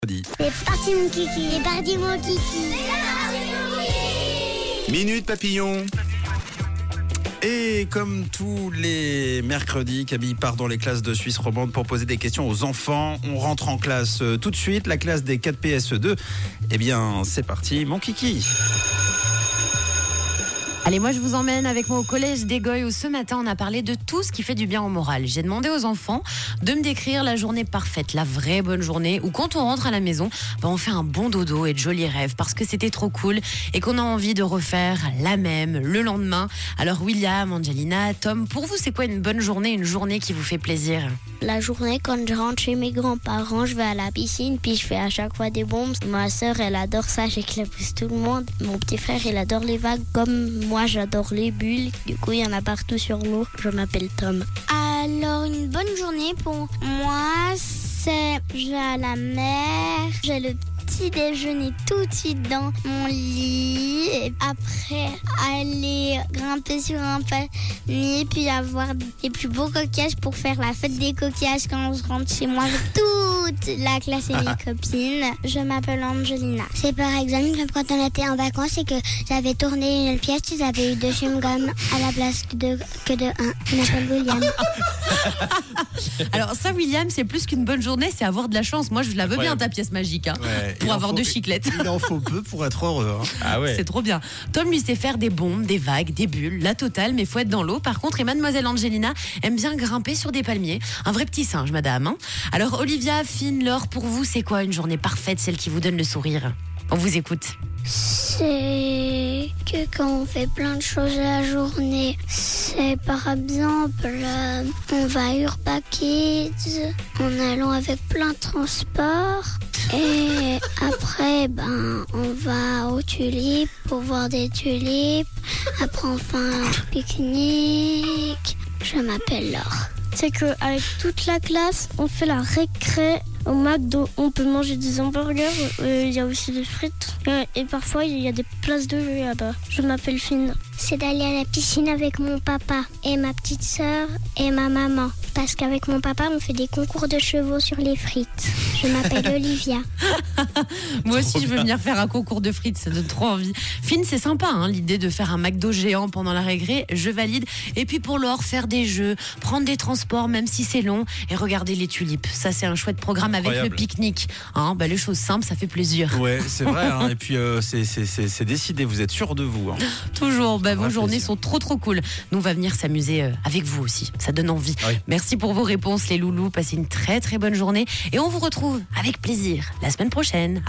C'est parti mon kiki, c'est parti mon kiki. Minute Papillon. Et comme tous les mercredis, Camille part dans les classes de Suisse romande pour poser des questions aux enfants. On rentre en classe tout de suite, la classe des 4 PSE2. Eh bien, c'est parti, mon kiki. Allez, moi je vous emmène avec moi au collège d'Egoy où ce matin on a parlé de tout ce qui fait du bien au moral. J'ai demandé aux enfants de me décrire la journée parfaite, la vraie bonne journée où quand on rentre à la maison, on fait un bon dodo et de jolis rêves parce que c'était trop cool et qu'on a envie de refaire la même le lendemain. Alors William, Angelina, Tom, pour vous c'est quoi une bonne journée, une journée qui vous fait plaisir ? La journée, quand je rentre chez mes grands-parents, je vais à la piscine, puis je fais à chaque fois des bombes. Ma sœur, elle adore ça, j'éclabousse tout le monde. Mon petit frère, il adore les vagues, comme moi, j'adore les bulles. Du coup, il y en a partout sur l'eau. Je m'appelle Tom. Alors, une bonne journée pour moi, c'est je vais à la mer, j'ai le petit déjeuner tout de suite dans mon lit, et après aller grimper sur un panier, puis avoir les plus beaux coquillages pour faire la fête des coquillages quand je rentre chez moi avec toute la classe et mes copines. Je m'appelle Angelina. C'est par exemple quand on était en vacances et que j'avais tourné une pièce, ils avaient eu 2 chewing-gums à la place que de 1. Je m'appelle William. Alors ça William, c'est plus qu'une bonne journée, c'est avoir de la chance. Moi je la veux bien ta pièce magique pour avoir 2 chiclettes. Il en faut peu pour être heureux. Ah ouais. C'est trop bien. Tom lui sait faire des bombes, des vagues, des bulles, la totale, mais faut être dans l'eau. Par contre, et mademoiselle Angelina aime bien grimper sur des palmiers. Un vrai petit singe, madame. Alors Olivia, Finn, Laure, pour vous, c'est quoi une journée parfaite, celle qui vous donne le sourire ? On vous écoute. C'est que quand on fait plein de choses la journée, c'est par exemple, on va à Urba Kids en allant avec plein de transports. Et après, on va aux tulipes pour voir des tulipes. Après, on fait un pique-nique. Je m'appelle Laure. C'est qu'avec toute la classe, on fait la récré au McDo. On peut manger des hamburgers, il y a aussi des frites. Et parfois, il y a des places de jeu là-bas. Je m'appelle Finn. C'est d'aller à la piscine avec mon papa et ma petite sœur et ma maman. Parce qu'avec mon papa, on fait des concours de chevaux sur les frites. Je m'appelle Olivia. Moi aussi, je veux venir faire un concours de frites, ça donne trop envie. Finn, c'est sympa, l'idée de faire un McDo géant pendant la récré, je valide. Et puis pour Laure, faire des jeux, prendre des transports, même si c'est long, et regarder les tulipes. Ça, c'est un chouette programme avec le pique-nique. Les choses simples, ça fait plaisir. Ouais, c'est vrai. Et puis, c'est décidé, vous êtes sûr de vous. Toujours, vos journées sont trop cool. Nous, on va venir s'amuser avec vous aussi. Ça donne envie. Oui. Merci pour vos réponses, les loulous. Passez une très bonne journée. Et on vous retrouve avec plaisir la semaine prochaine.